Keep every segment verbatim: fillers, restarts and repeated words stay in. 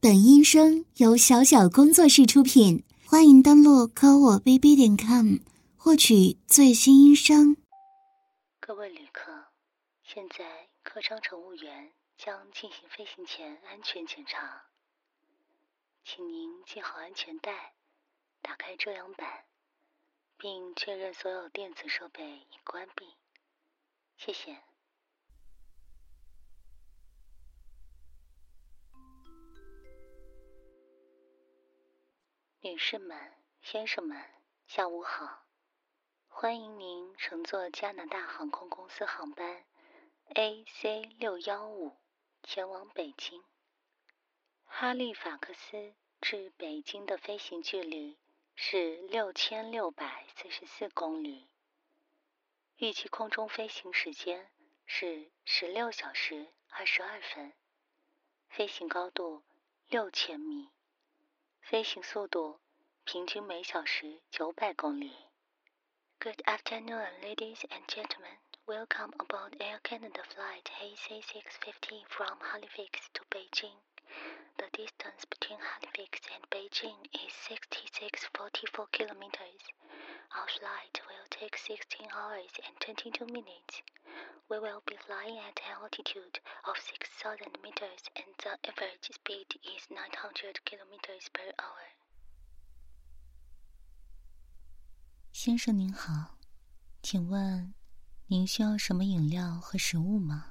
本音声由小小工作室出品，欢迎登录科我 B B 点 com 获取最新音声。 各位旅客，现在客舱乘务员将进行飞行前安全检查，请您系好安全带，打开遮阳板，并确认所有电子设备已关闭。谢谢。女士们、先生们，下午好！欢迎您乘坐加拿大航空公司航班 A C 六一五前往北京。哈利法克斯至北京的飞行距离是六千六百四十四公里，预计空中飞行时间是十六小时二十二分，飞行高度六千米，飞行速度平均每小时九百公里。Good afternoon, ladies and gentlemen. Welcome aboard Air Canada flight A C six fifty from Halifax to Beijing. The distance between Halifax and Beijing is sixty-six point four four kilometers. Our flight will take sixteen hours and twenty-two minutes. We will be flying at an altitude of six thousand meters and the average speed is nine hundred kilometers per hour. 先生您好，请问您需要什么饮料和食物吗？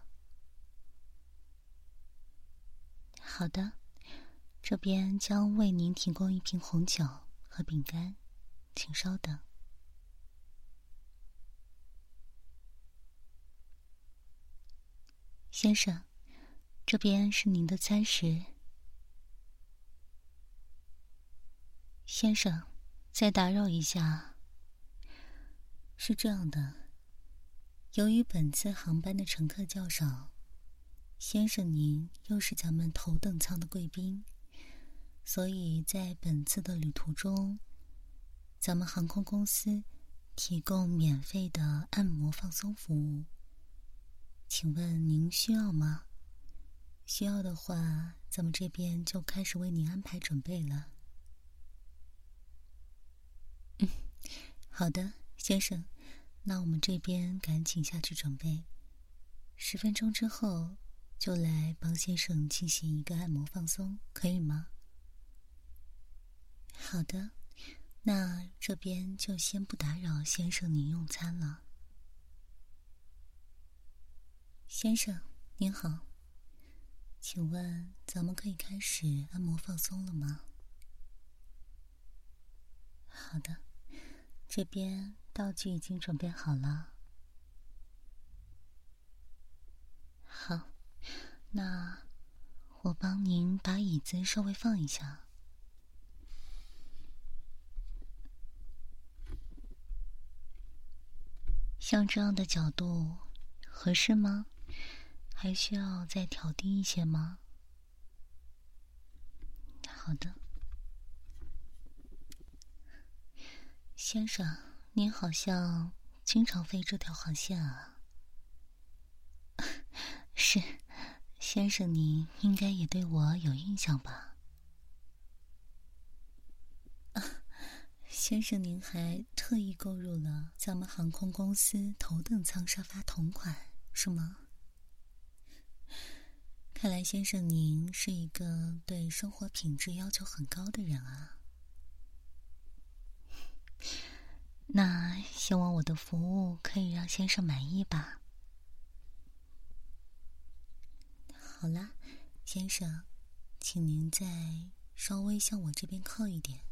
好的，这边将为您提供一瓶红酒和饼干，请稍等。先生，这边是您的餐食。先生，再打扰一下。是这样的，由于本次航班的乘客较少，先生您又是咱们头等舱的贵宾，所以在本次的旅途中，咱们航空公司提供免费的按摩放松服务。请问您需要吗？需要的话，咱们这边就开始为您安排准备了。嗯，好的，先生，那我们这边赶紧下去准备，十分钟之后就来帮先生进行一个按摩放松，可以吗？好的，那这边就先不打扰先生您用餐了。先生您好，请问咱们可以开始按摩放松了吗？好的，这边道具已经准备好了。好，那我帮您把椅子稍微放一下。像这样的角度合适吗？还需要再调低一些吗？好的。先生，您好像经常飞这条航线啊。是，先生您应该也对我有印象吧？啊，先生您还特意购入了咱们航空公司头等舱沙发同款，是吗？看来先生您是一个对生活品质要求很高的人啊。那希望我的服务可以让先生满意吧。好啦，先生，请您再稍微向我这边靠一点。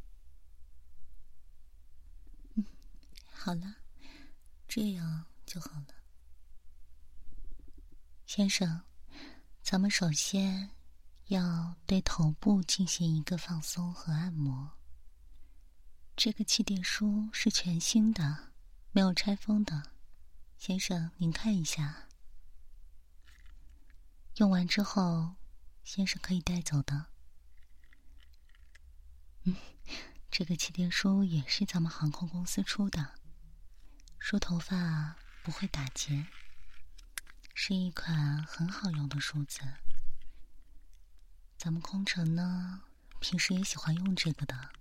嗯，好了，这样就好了。先生，咱们首先要对头部进行一个放松和按摩。这个气垫梳是全新的，没有拆封的，先生您看一下。用完之后，先生可以带走的。嗯，这个气垫梳也是咱们航空公司出的，梳头发不会打结，是一款很好用的梳子。 咱们空乘呢，平时也喜欢用这个的。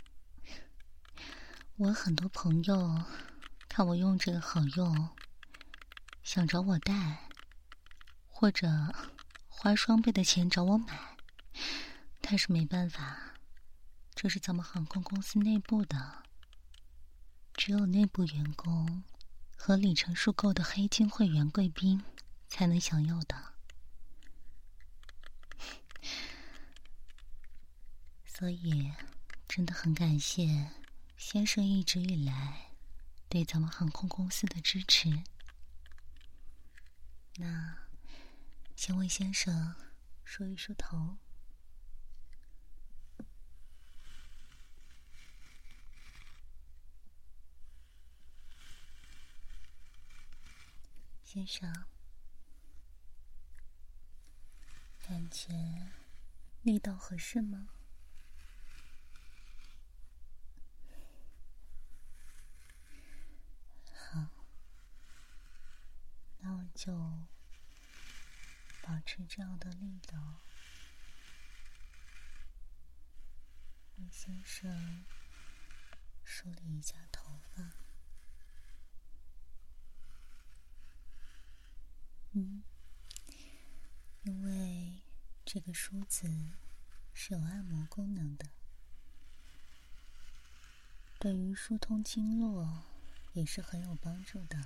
我很多朋友看我用这个好用，想找我带，或者花双倍的钱找我买，但是没办法，这是咱们航空公司内部的，只有内部员工和里程数够的黑金会员贵宾才能享有的。所以真的很感谢先生一直以来对咱们航空公司的支持。那先为先生梳一梳头。先生，感觉力道合适吗？好，那我就保持这样的力道，为先生梳理一下头发。嗯，因为这个梳子是有按摩功能的，对于疏通经络也是很有帮助的，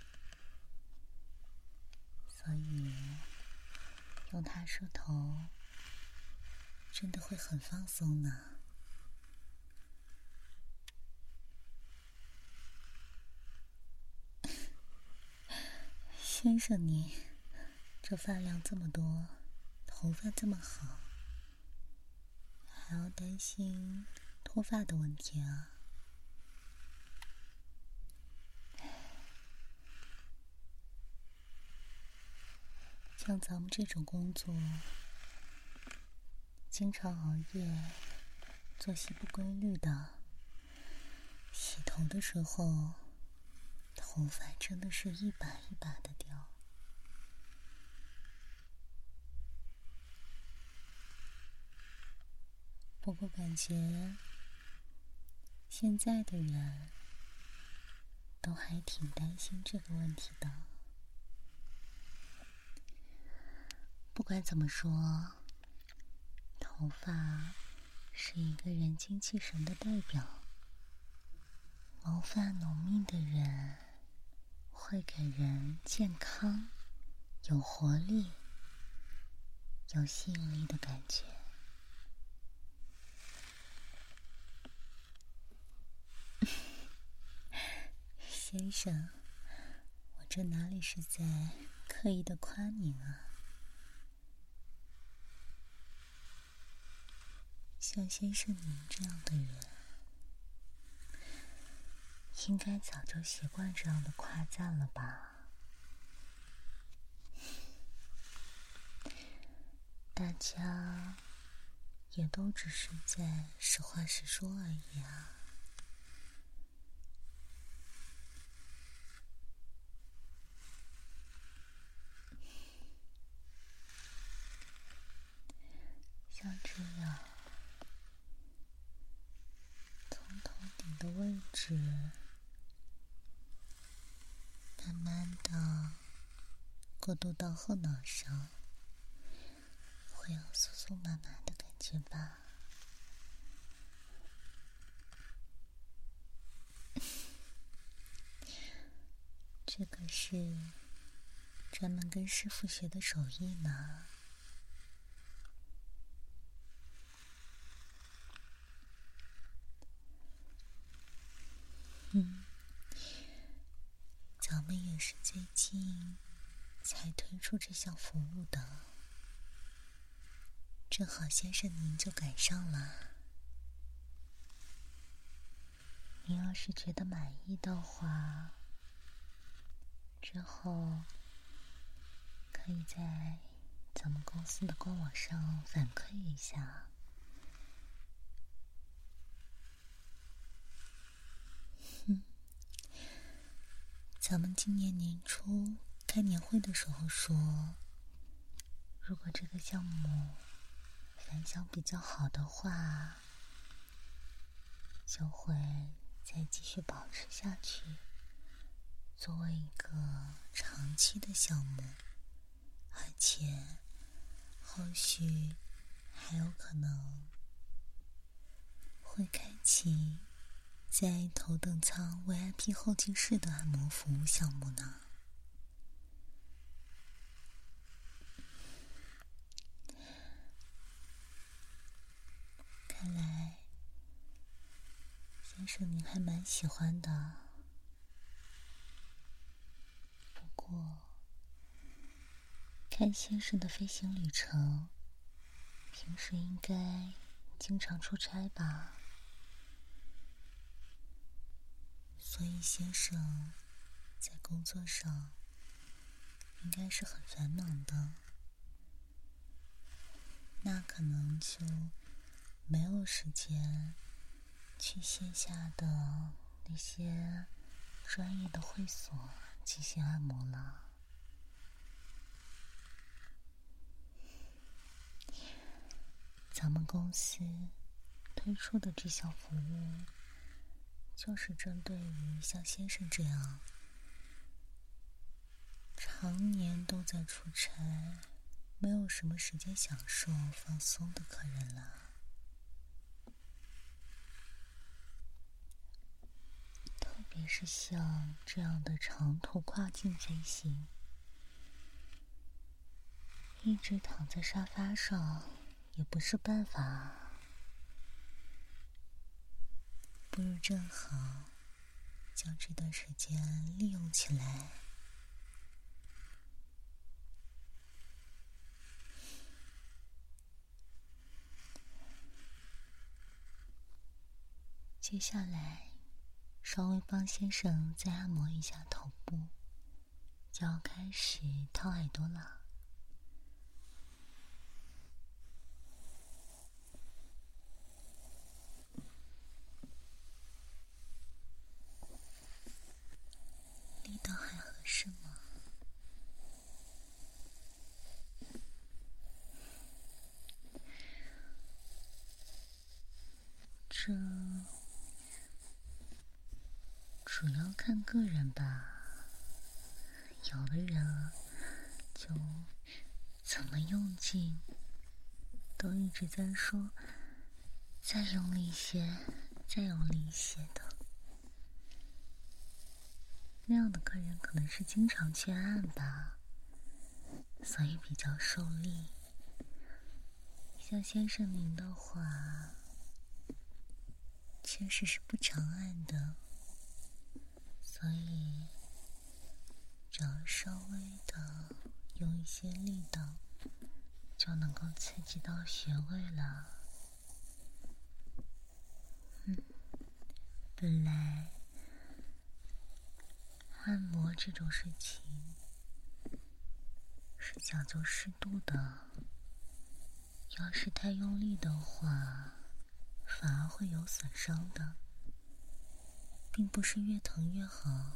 所以用它梳头真的会很放松呢。先生你这发量这么多，头发这么好，还要担心脱发的问题啊？像咱们这种工作，经常熬夜，作息不规律的，洗头的时候头发真的是一把一把的掉。不过感觉现在的人都还挺担心这个问题的。不管怎么说，头发是一个人精气神的代表，毛发浓密的人会给人健康、有活力、有吸引力的感觉。先生，我这哪里是在刻意的夸您啊？像先生您这样的人，应该早就习惯这样的夸赞了吧？大家也都只是在实话实说而已啊。像这样，从头顶的位置慢慢的过渡到后脑勺，会有酥酥麻麻的感觉吧？这个是专门跟师傅学的手艺呢。嗯，咱们也是最近才推出这项服务的，正好先生您就赶上了。您要是觉得满意的话，之后可以在咱们公司的官网上反馈一下。嗯，咱们今年年初开年会的时候说，如果这个项目反响比较好的话，就会再继续保持下去，作为一个长期的项目，而且后续还有可能会开启在头等舱 V I P 候机室的按摩服务项目呢。看来先生您还蛮喜欢的，不过看先生的飞行旅程，平时应该经常出差吧，所以先生在工作上应该是很繁忙的，那可能就没有时间去线下的那些专业的会所进行按摩了。咱们公司推出的这项服务，就是针对于像先生这样常年都在出差，没有什么时间享受放松的客人了。特别是像这样的长途跨境飞行，一直躺在沙发上也不是办法，不如正好将这段时间利用起来。接下来稍微帮先生再按摩一下头部，就要开始掏耳朵了。力道还合适吗？这主要看个人吧，有的人就怎么用劲都一直在说再用力一些，再用力一些的，那样的客人可能是经常去按吧，所以比较受力。像先生您的话，确实是不常按的，所以只要稍微的用一些力道，就能够刺激到穴位了。嗯，本来按摩这种事情是讲究适度的，要是太用力的话，反而会有损伤的，并不是越疼越好。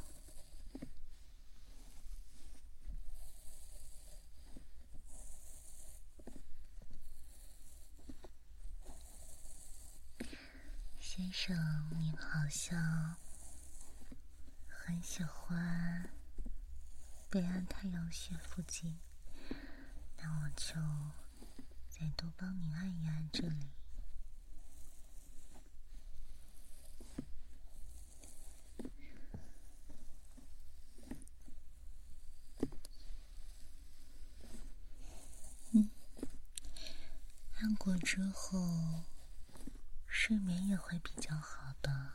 先生，您好像很喜欢被按太阳穴附近，那我就再多帮您按一按这里。嗯，按过之后睡眠也会比较好的，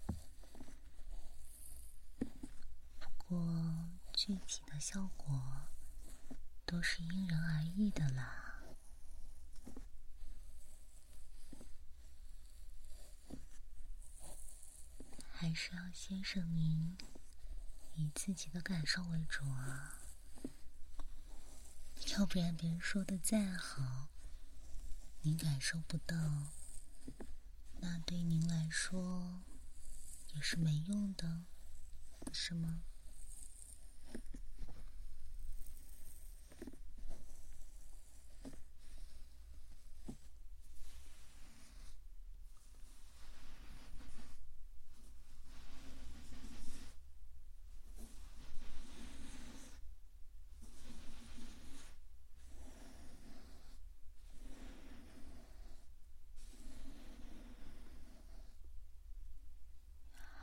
不过具体的效果都是因人而异的啦。还是要先生您以自己的感受为主啊，要不然别人说的再好，您感受不到，那对您来说也是没用的，不是吗？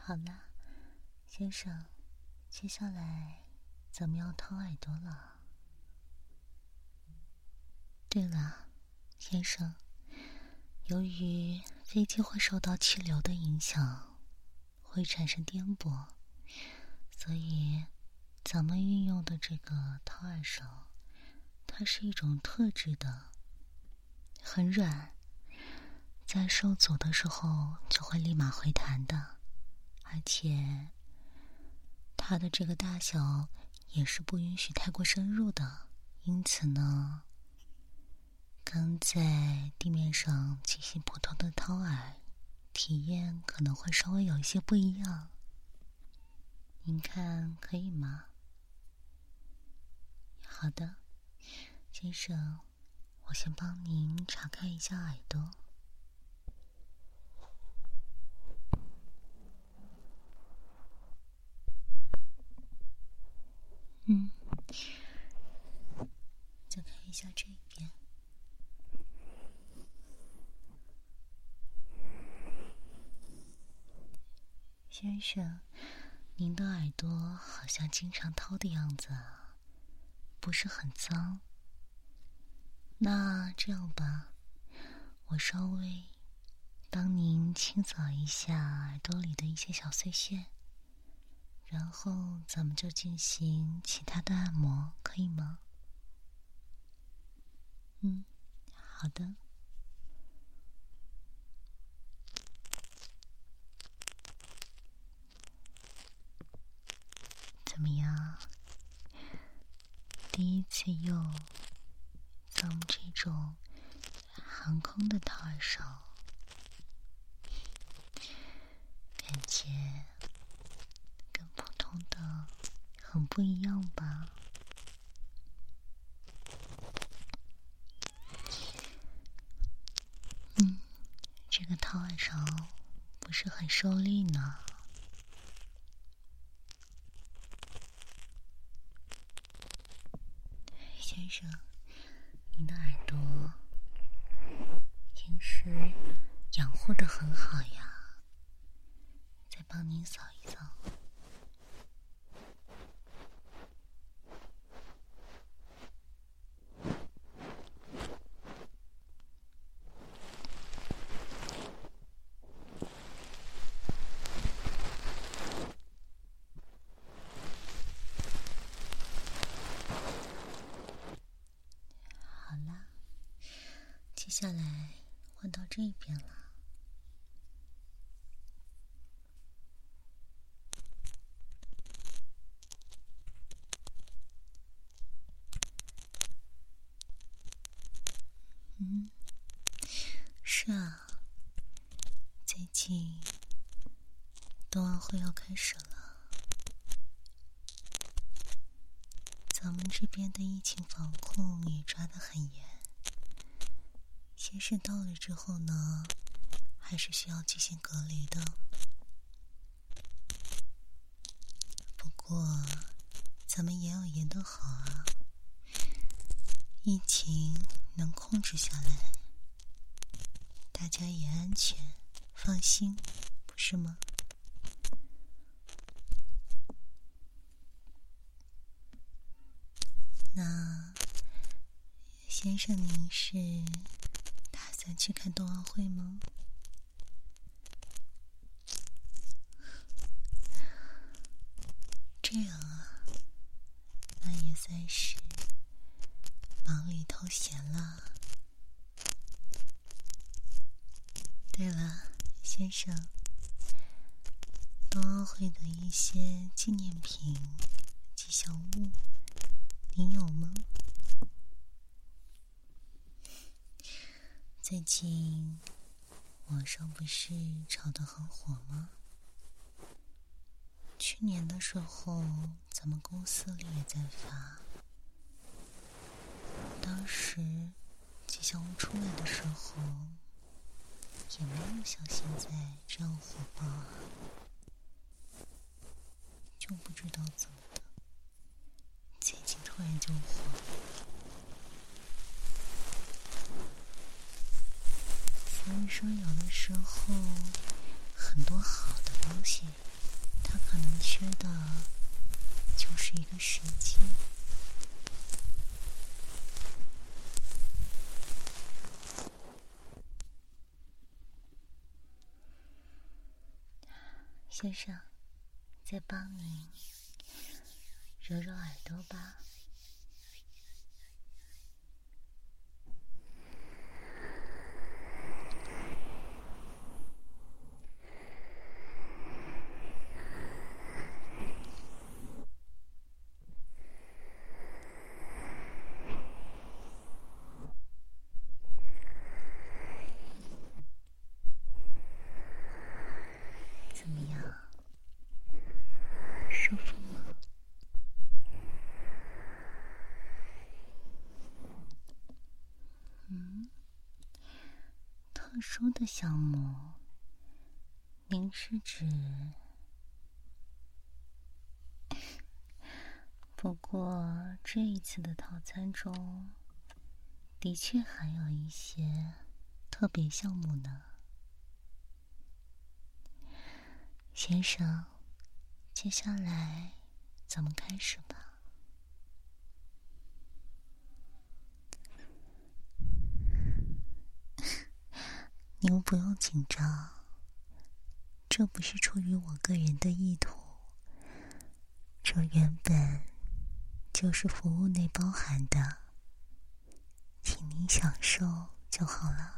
好了，先生，接下来咱们要掏耳朵了。对了，先生，由于飞机会受到气流的影响，会产生颠簸，所以咱们运用的这个掏耳勺，它是一种特制的，很软，在受阻的时候就会立马回弹的，而且它的这个大小也是不允许太过深入的，因此呢，跟在地面上进行普通的掏耳体验可能会稍微有一些不一样，您看可以吗？好的，先生，我先帮您查看一下耳朵。嗯，再看一下这边。先生，您的耳朵好像经常掏的样子啊，不是很脏。那这样吧，我稍微帮您清扫一下耳朵里的一些小碎屑，然后咱们就进行其他的按摩，可以吗？嗯，好的。怎么样？第一次用咱们这种航空的掏耳勺，感觉跟普通的很不一样吧？嗯，这个掏耳勺不是很受力呢。先生，您的耳朵平时养护得很好呀，再帮您扫一扫。接下来换到这边了。嗯，是啊，最近冬奥会要开始了，咱们这边的疫情防控也抓得很严。先是到了之后呢，还是需要进行隔离的。不过，咱们严有严的好啊，疫情能控制下来，大家也安全，放心，不是吗？那，先生您是打算去看冬奥会吗？这样啊，那也算是忙里偷闲了。对了，先生，冬奥会的一些纪念品、吉祥物，您有吗？最近网上不是炒得很火吗？去年的时候咱们公司里也在发，当时吉祥物出来的时候也没有像现在这样火爆啊，就不知道怎么的，最近突然就火了。所以说有的时候很多好的东西他可能缺的就是一个时机。先生，再帮你揉揉耳朵吧。怎么样？舒服吗？嗯，特殊的项目，您是指？不过这一次的套餐中，的确还有一些特别项目呢。先生，接下来咱们开始吧。您不用紧张，这不是出于我个人的意图，这原本就是服务内包含的，请您享受就好了。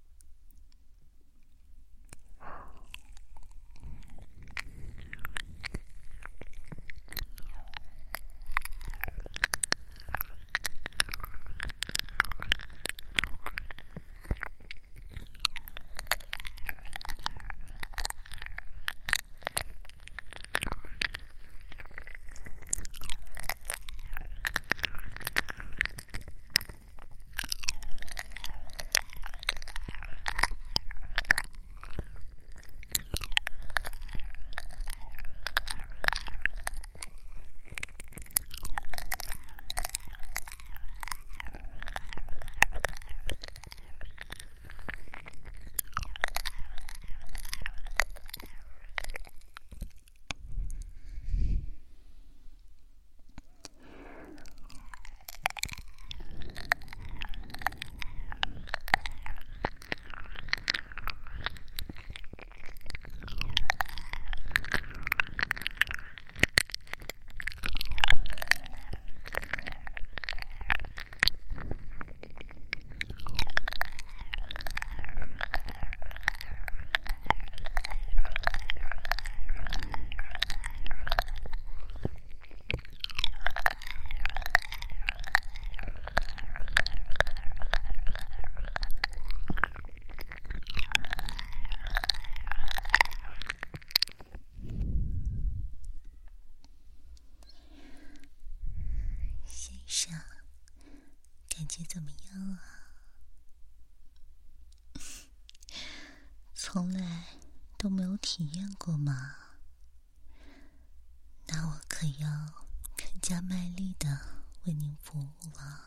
感觉怎么样啊？从来都没有体验过吗？那我可要更加卖力的为您服务了。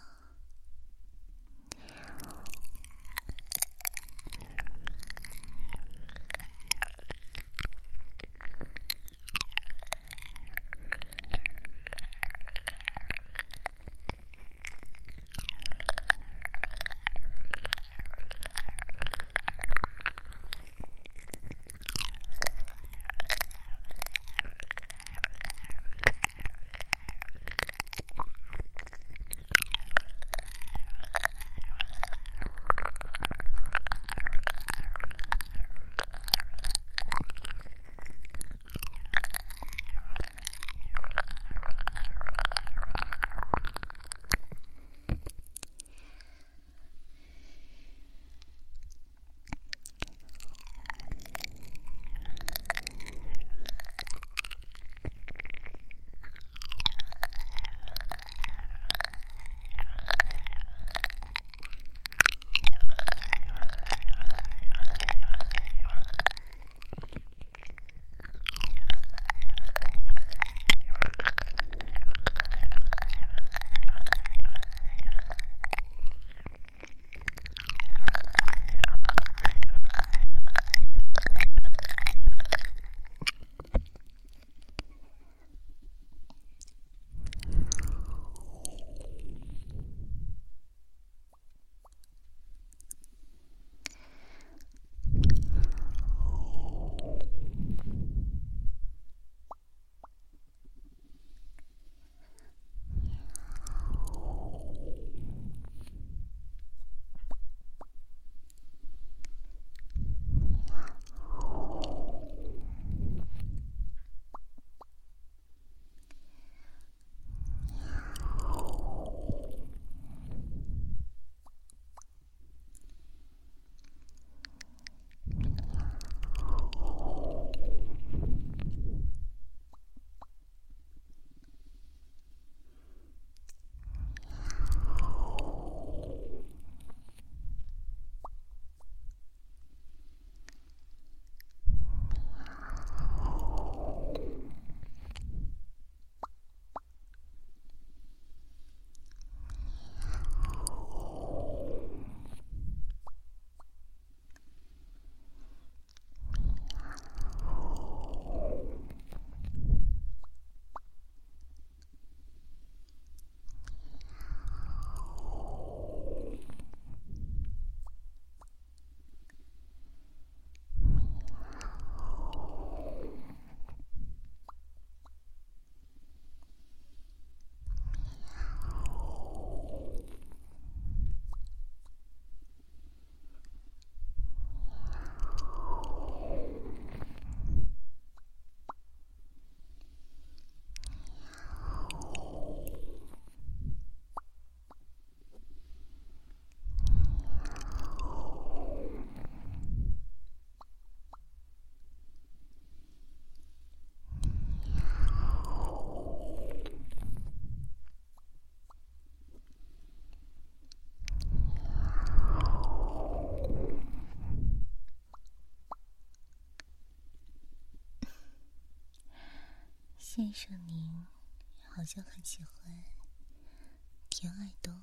先生您好像很喜欢甜爱豆，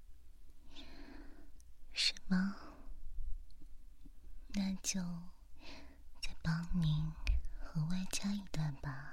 是吗？那就再帮您额外加一段吧。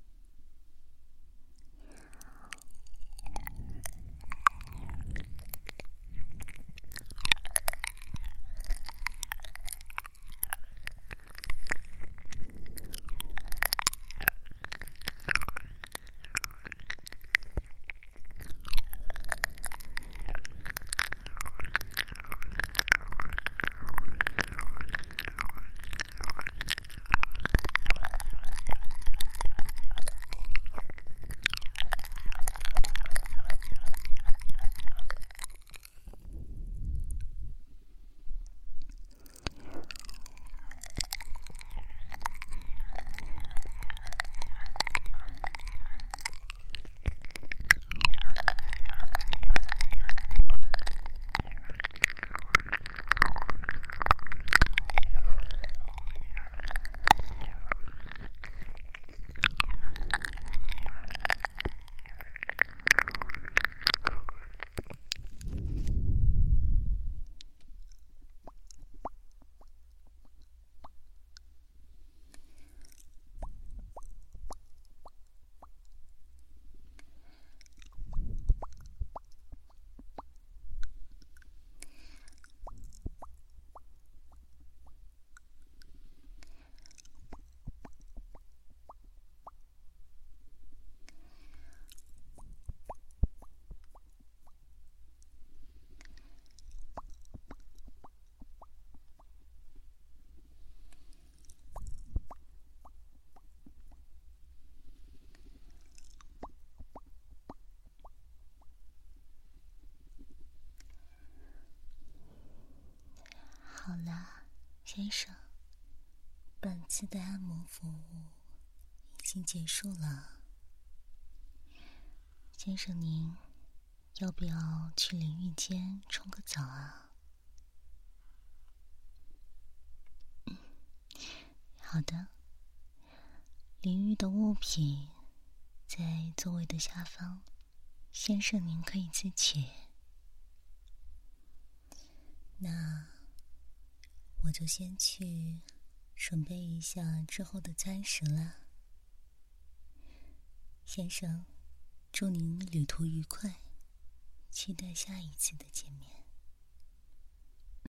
好啦，先生，本次的按摩服务已经结束了。先生您要不要去淋浴间冲个澡啊？嗯，好的。淋浴的物品在座位的下方，先生您可以自取。那我就先去准备一下之后的餐食了。先生，祝您旅途愉快，期待下一次的见面。